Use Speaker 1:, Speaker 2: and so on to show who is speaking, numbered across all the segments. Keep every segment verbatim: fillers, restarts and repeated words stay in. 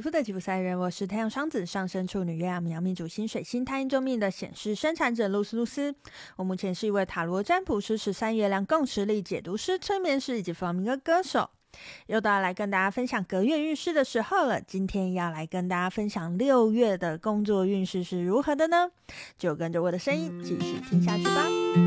Speaker 1: 皮肤的吉普赛人，我是太阳双子上升处女月亮苗命主星水星太阴座命的显示生产者露丝露丝。我目前是一位塔罗占卜师、十三月亮共识力解读师、催眠师以及弗民歌歌手。又到来跟大家分享隔月运势的时候了，今天要来跟大家分享六月的工作运势是如何的呢？就跟着我的声音继续听下去吧。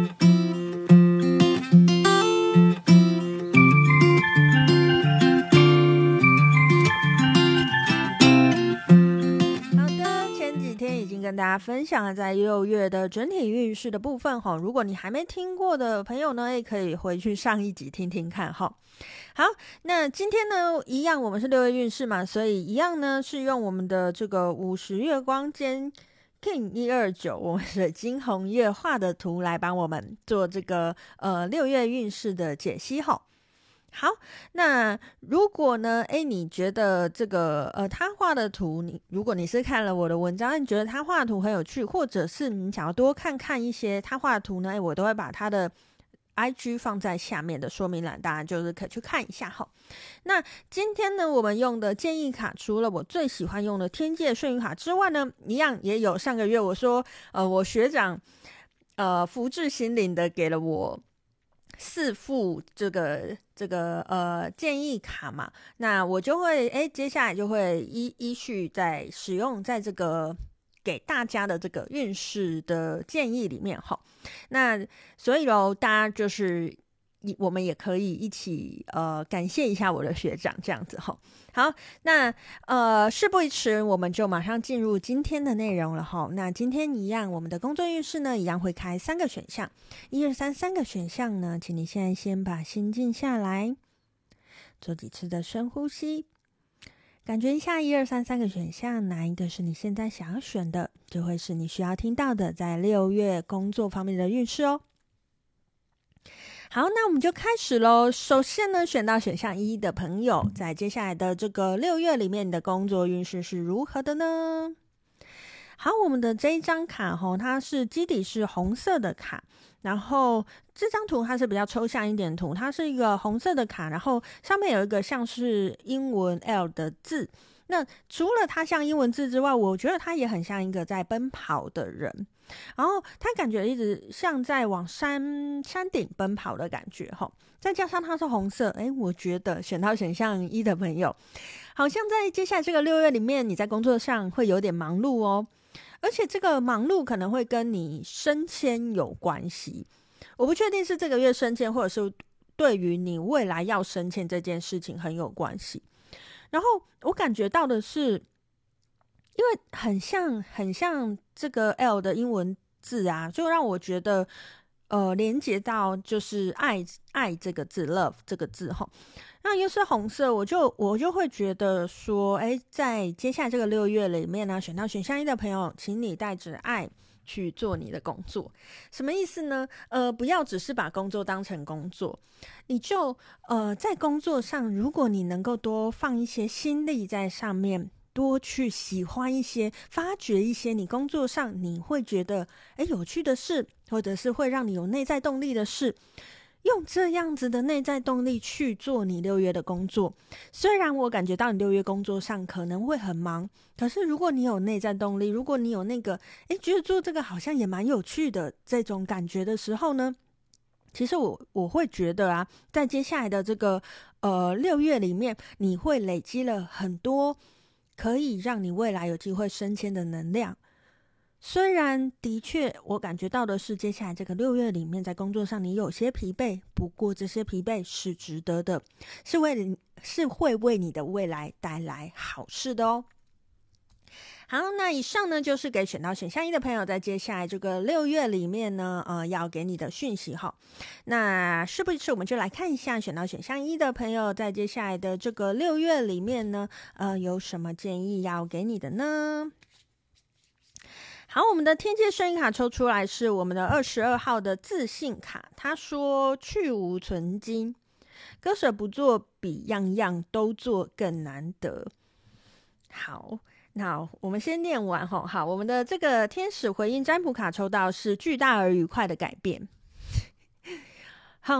Speaker 1: 跟大家分享了在六月的整体运势的部分，如果你还没听过的朋友呢，也可以回去上一集听听看。好，那今天呢一样我们是六月运势嘛，所以一样呢是用我们的这个五十月光间 King 一二九我们的金红月画的图来帮我们做这个呃六月运势的解析。好好，那如果呢，诶，你觉得这个呃他画的图，你如果你是看了我的文章，你觉得他画的图很有趣，或者是你想要多看看一些他画的图呢，诶，我都会把他的 I G 放在下面的说明栏，大家就是可以去看一下哈。那今天呢，我们用的建议卡，除了我最喜欢用的天界顺运卡之外呢，一样也有上个月我说，呃，我学长呃福至心灵的给了我四副这个这个呃建议卡嘛，那我就会哎接下来就会依依序在使用在这个给大家的这个运势的建议里面哈。那所以咯，大家就是我们也可以一起呃感谢一下我的学长这样子哈。好，那呃事不宜迟，我们就马上进入今天的内容了哈。那今天一样，我们的工作运势呢，一样会开三个选项，一二三三个选项呢，请你现在先把心静下来，做几次的深呼吸，感觉一下一二三三个选项哪一个是你现在想要选的，就会是你需要听到的在六月工作方面的运势哦。好，那我们就开始咯。首先呢，选到选项一的朋友，在接下来的这个六月里面，你的工作运势是如何的呢？好，我们的这一张卡吼，它是基底是红色的卡，然后这张图它是比较抽象一点的图，它是一个红色的卡，然后上面有一个像是英文 L 的字。那除了它像英文字之外，我觉得它也很像一个在奔跑的人，然后它感觉一直像在往山山顶奔跑的感觉齁，再加上它是红色，诶，我觉得选到选项一的朋友，好像在接下来这个六月里面，你在工作上会有点忙碌哦，而且这个忙碌可能会跟你升迁有关系，我不确定是这个月升迁，或者是对于你未来要升迁这件事情很有关系。然后我感觉到的是，因为很像很像这个 L 的英文字啊，就让我觉得呃连接到就是爱爱这个字 love 这个字齁，那又是红色，我就我就会觉得说，哎，在接下来这个六月里面呢，选到选项一的朋友，请你带着爱去做你的工作。什么意思呢？呃，不要只是把工作当成工作，你就呃在工作上，如果你能够多放一些心力在上面，多去喜欢一些，发掘一些你工作上你会觉得诶有趣的事，或者是会让你有内在动力的事，用这样子的内在动力去做你六月的工作。虽然我感觉到你六月工作上可能会很忙，可是如果你有内在动力，如果你有那个诶觉得做这个好像也蛮有趣的这种感觉的时候呢，其实我我会觉得啊，在接下来的这个呃六月里面，你会累积了很多可以让你未来有机会升迁的能量。虽然的确我感觉到的是接下来这个六月里面在工作上你有些疲惫，不过这些疲惫是值得的，是为是会为你的未来带来好事的哦。好，那以上呢就是给选到选项一的朋友在接下来这个六月里面呢呃要给你的讯息哈。那事不宜迟，我们就来看一下选到选项一的朋友在接下来的这个六月里面呢呃有什么建议要给你的呢？好，我们的天界顺运卡抽出来是我们的二十二号的自信卡，他说去无存金，割舍不做比样样都做更难得。好，那我们先念完吼。好，我们的这个天使回应占卜卡抽到是巨大而愉快的改变。好，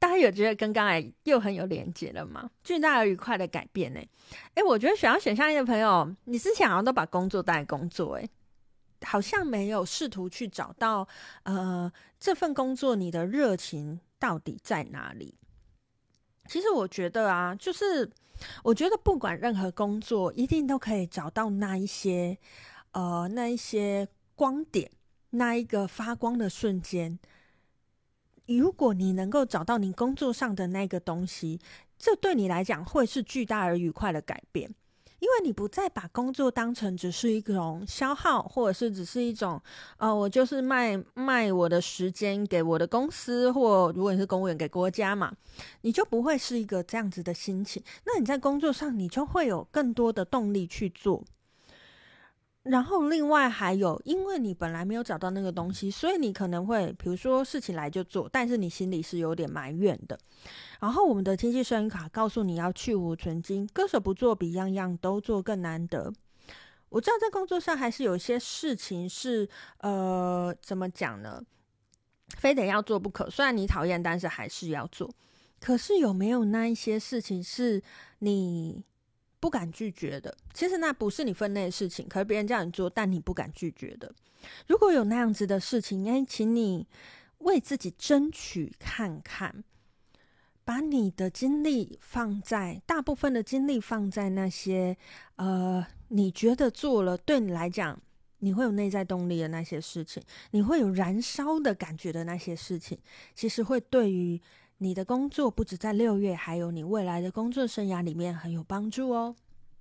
Speaker 1: 大家有觉得跟刚才又很有连结了吗？巨大而愉快的改变呢、欸？哎，我觉得选到选项一的朋友，你之前好像都把工作当成工作、欸，哎，好像没有试图去找到呃这份工作你的热情到底在哪里。其实我觉得啊，就是我觉得不管任何工作，一定都可以找到那一些呃那一些光点，那一个发光的瞬间。如果你能够找到你工作上的那个东西，这对你来讲会是巨大而愉快的改变，因为你不再把工作当成只是一种消耗，或者是只是一种呃，我就是卖卖我的时间给我的公司，或如果你是公务员给国家嘛，你就不会是一个这样子的心情。那你在工作上你就会有更多的动力去做。然后另外还有，因为你本来没有找到那个东西，所以你可能会比如说事情来就做，但是你心里是有点埋怨的。然后我们的天气声音卡告诉你要去无存精，割舍不做比样样都做更难得。我知道在工作上还是有些事情是呃怎么讲呢，非得要做不可，虽然你讨厌但是还是要做。可是有没有那一些事情是你不敢拒绝的？其实那不是你分内的事情，可是别人叫你做但你不敢拒绝的。如果有那样子的事情，哎，请你为自己争取看看，把你的精力放在大部分的精力放在那些呃你觉得做了对你来讲你会有内在动力的那些事情，你会有燃烧的感觉的那些事情，其实会对于你的工作不止在六月，还有你未来的工作生涯里面很有帮助哦。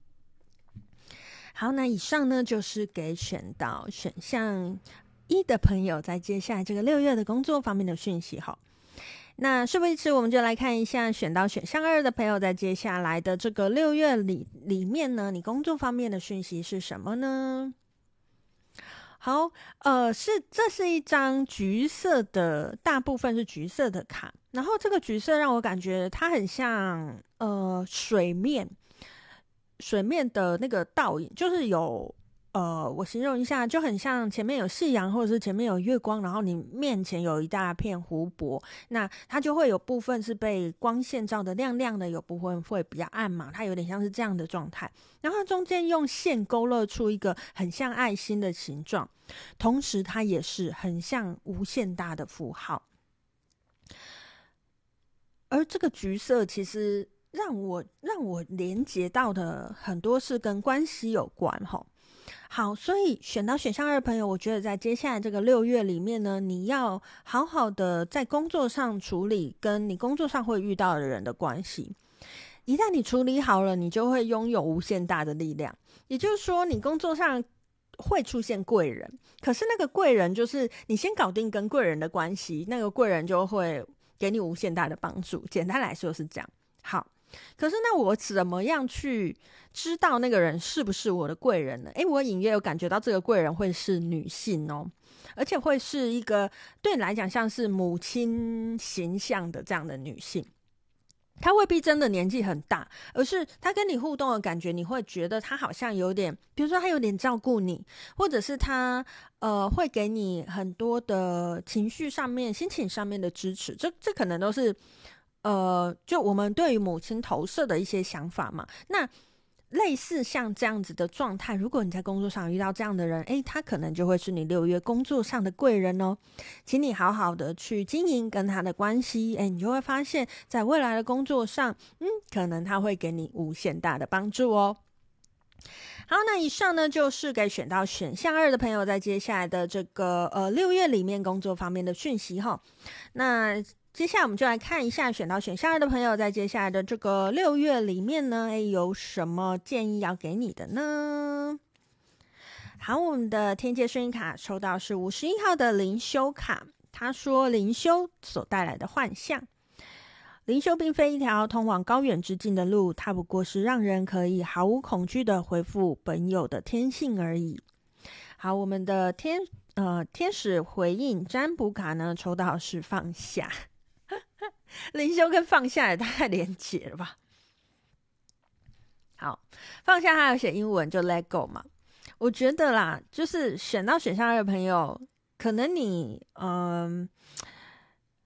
Speaker 1: 好，那以上呢就是给选到选项一的朋友在接下来这个六月的工作方面的讯息。好，那事不宜迟，我们就来看一下选到选项二的朋友在接下来的这个六月里里面呢，你工作方面的讯息是什么呢？好，呃，是这是一张橘色的，大部分是橘色的卡，然后这个橘色让我感觉它很像呃水面，水面的那个倒影，就是有呃，我形容一下，就很像前面有夕阳，或者是前面有月光，然后你面前有一大片湖泊，那它就会有部分是被光线照得亮亮的，有部分会比较暗嘛，它有点像是这样的状态。然后中间用线勾勒出一个很像爱心的形状，同时它也是很像无限大的符号。而这个橘色其实让我让我连接到的很多是跟关系有关齁。好，所以选到选项二的朋友，我觉得在接下来这个六月里面呢，你要好好的在工作上处理跟你工作上会遇到的人的关系。一旦你处理好了，你就会拥有无限大的力量。也就是说，你工作上会出现贵人，可是那个贵人就是你先搞定跟贵人的关系，那个贵人就会给你无限大的帮助。简单来说是这样。好，可是那我怎么样去知道那个人是不是我的贵人呢？诶，我隐约有感觉到这个贵人会是女性哦，而且会是一个对你来讲像是母亲形象的这样的女性。她未必真的年纪很大，而是她跟你互动的感觉，你会觉得她好像有点，比如说她有点照顾你，或者是她呃会给你很多的情绪上面、心情上面的支持。这这可能都是呃，就我们对于母亲投射的一些想法嘛。那类似像这样子的状态，如果你在工作上遇到这样的人，诶，他可能就会是你六月工作上的贵人哦。请你好好的去经营跟他的关系，诶，你就会发现在未来的工作上，嗯，可能他会给你无限大的帮助哦。好，那以上呢就是给选到选项二的朋友在接下来的这个呃六月里面工作方面的讯息哈。那接下来我们就来看一下选到选项二的朋友在接下来的这个六月里面呢，诶，有什么建议要给你的呢？好，我们的天界声音卡抽到是五十一号的灵修卡，他说灵修所带来的幻象。灵修并非一条通往高远之境的路，它不过是让人可以毫无恐惧的恢复本有的天性而已。好，我们的天呃天使回应占卜卡呢抽到是放下。灵修跟放下也太连结了吧。好，放下它有写英文就 let go 嘛。我觉得啦，就是选到选项二的朋友，可能你嗯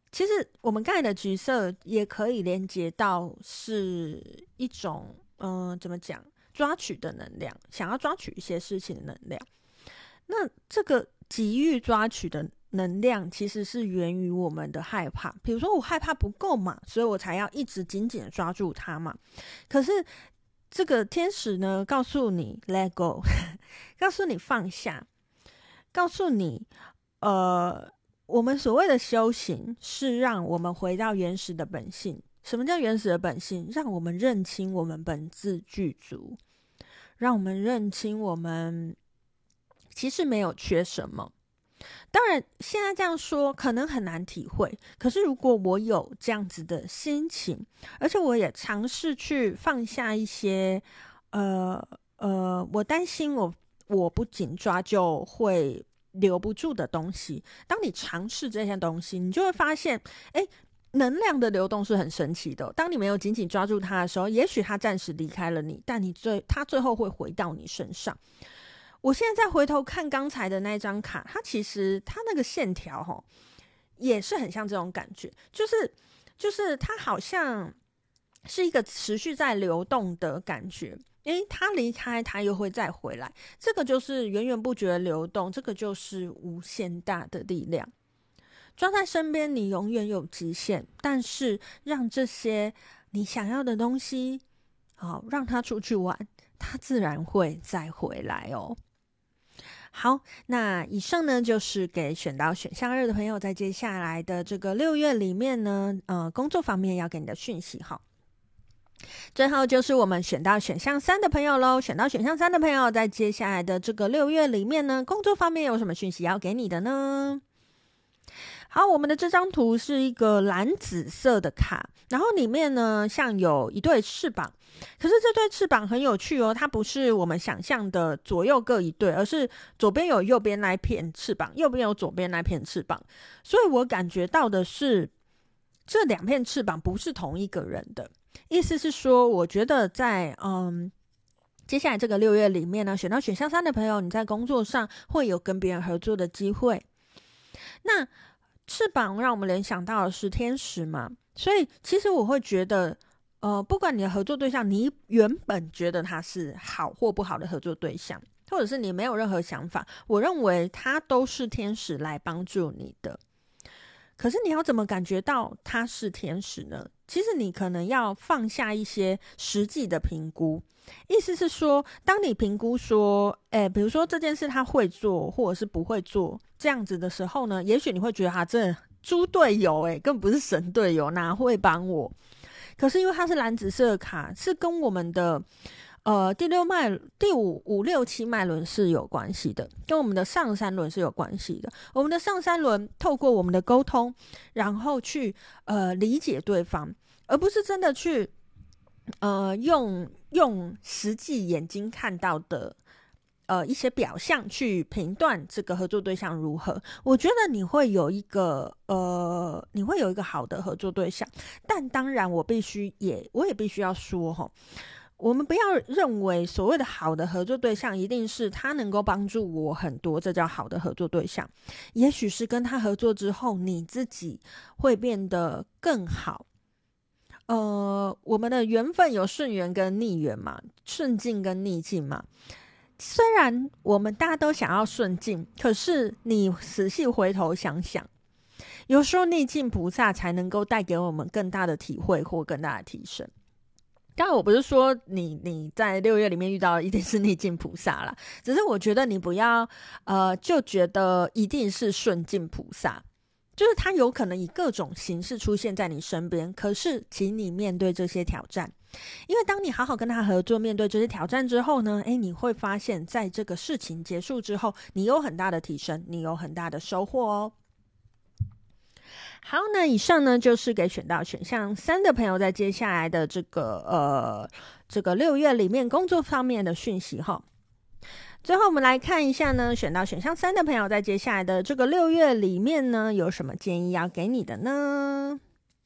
Speaker 1: 其实我们刚才的橘色也可以连接到是一种嗯、呃，怎么讲，抓取的能量，想要抓取一些事情的能量。那这个急于抓取的能量其实是源于我们的害怕，比如说我害怕不够嘛，所以我才要一直紧紧的抓住它嘛。可是这个天使呢告诉你 let go 告诉你放下，告诉你呃，我们所谓的修行是让我们回到原始的本性。什么叫原始的本性？让我们认清我们本自具足，让我们认清我们其实没有缺什么。当然现在这样说可能很难体会，可是如果我有这样子的心情，而且我也尝试去放下一些呃呃，我担心我我不紧抓就会留不住的东西，当你尝试这些东西，你就会发现哎，能量的流动是很神奇的、哦、当你没有紧紧抓住它的时候，也许它暂时离开了你，但你最它最后会回到你身上。我现在再回头看刚才的那张卡，它其实它那个线条、哦、也是很像这种感觉，就是就是它好像是一个持续在流动的感觉，诶，它离开它又会再回来，这个就是源源不绝的流动，这个就是无限大的力量。抓在身边你永远有极限，但是让这些你想要的东西、哦、让它出去玩，它自然会再回来哦。好，那以上呢就是给选到选项二的朋友在接下来的这个六月里面呢呃，工作方面要给你的讯息。好，最后就是我们选到选项三的朋友咯，选到选项三的朋友在接下来的这个六月里面呢，工作方面有什么讯息要给你的呢？好，我们的这张图是一个蓝紫色的卡，然后里面呢像有一对翅膀，可是这对翅膀很有趣哦，它不是我们想象的左右各一对，而是左边有右边那一片翅膀，右边有左边那片翅膀，所以我感觉到的是这两片翅膀不是同一个人的。意思是说，我觉得在嗯接下来这个六月里面呢，选到选项三的朋友，你在工作上会有跟别人合作的机会。那翅膀让我们联想到的是天使嘛，所以其实我会觉得呃，不管你的合作对象你原本觉得他是好或不好的合作对象，或者是你没有任何想法，我认为他都是天使来帮助你的。可是你要怎么感觉到他是天使呢？其实你可能要放下一些实际的评估，意思是说当你评估说诶，比如说这件事他会做或者是不会做这样子的时候呢，也许你会觉得他真的猪队友诶，根本不是神队友，哪会帮我？可是因为它是蓝紫色的卡，是跟我们的呃第六脉第五五六七脉轮是有关系的，跟我们的上三轮是有关系的。我们的上三轮透过我们的沟通，然后去呃理解对方，而不是真的去呃用用实际眼睛看到的呃一些表象去评断这个合作对象如何。我觉得你会有一个呃你会有一个好的合作对象，但当然我必须也我也必须要说齁，我们不要认为所谓的好的合作对象一定是他能够帮助我很多，这叫好的合作对象。也许是跟他合作之后你自己会变得更好。呃，我们的缘分有顺缘跟逆缘嘛，顺境跟逆境嘛。虽然我们大家都想要顺境，可是你仔细回头想想，有时候逆境菩萨才能够带给我们更大的体会或更大的提升。当然我不是说你你在六月里面遇到的一定是逆境菩萨啦，只是我觉得你不要呃就觉得一定是顺境菩萨，就是他有可能以各种形式出现在你身边，可是请你面对这些挑战。因为当你好好跟他合作，面对这些挑战之后呢，诶，你会发现在这个事情结束之后，你有很大的提升，你有很大的收获哦。好，那以上呢就是给选到选项三的朋友在接下来的这个呃这个六月里面工作方面的讯息哈。最后我们来看一下呢，选到选项三的朋友在接下来的这个六月里面呢有什么建议要给你的呢？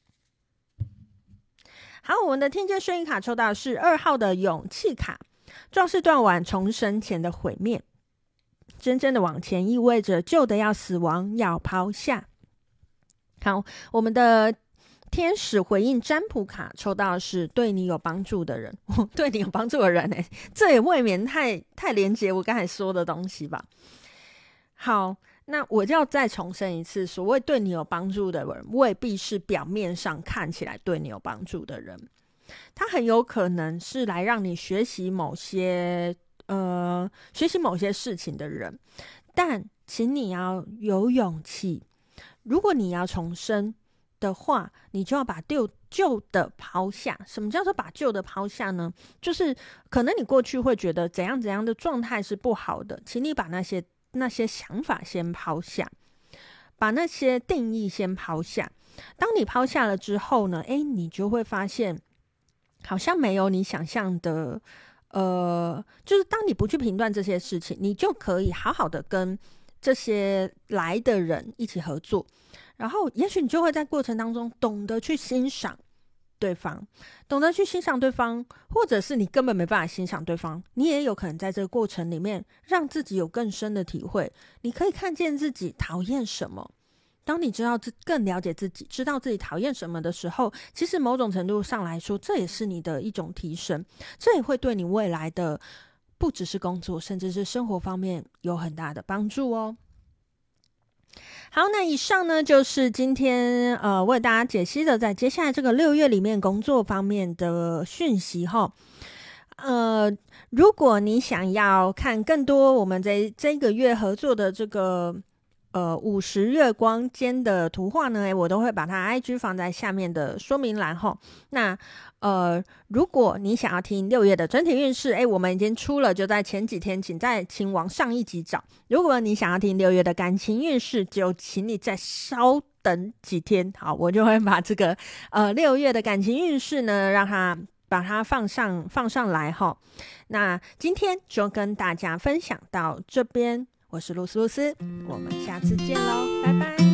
Speaker 1: 好，我们的天界顺应卡抽到是二号的勇气卡，壮士断腕，重生前的毁灭。真正的往前意味着旧的要死亡，要抛下。 好，我们的天使回应占卜卡抽到的是对你有帮助的人，对你有帮助的人、欸、这也未免太太连结我刚才说的东西吧。好，那我就要再重申一次，所谓对你有帮助的人未必是表面上看起来对你有帮助的人，他很有可能是来让你学习某些呃学习某些事情的人，但请你要有勇气，如果你要重生的话，你就要把旧旧的抛下。什么叫做把旧的抛下呢？就是可能你过去会觉得怎样怎样的状态是不好的，请你把那些那些想法先抛下，把那些定义先抛下。当你抛下了之后呢，诶，你就会发现好像没有你想象的呃，就是当你不去评断这些事情，你就可以好好的跟这些来的人一起合作，然后也许你就会在过程当中懂得去欣赏对方，懂得去欣赏对方，或者是你根本没办法欣赏对方，你也有可能在这个过程里面让自己有更深的体会。你可以看见自己讨厌什么，当你知道更了解自己，知道自己讨厌什么的时候，其实某种程度上来说，这也是你的一种提升，这也会对你未来的不只是工作，甚至是生活方面有很大的帮助哦。好，那以上呢就是今天呃为大家解析的在接下来这个六月里面工作方面的讯息哈。呃，如果你想要看更多我们这这个月合作的这个呃五十月光间的图画呢，我都会把它 I G 放在下面的说明栏哈。那呃，如果你想要听六月的整体运势，哎，我们已经出了，就在前几天，请再请往上一集找。如果你想要听六月的感情运势，就请你再稍等几天，好，我就会把这个呃六月的感情运势呢，让它把它放上放上来哈。那今天就跟大家分享到这边，我是露丝露丝，我们下次见喽，拜拜。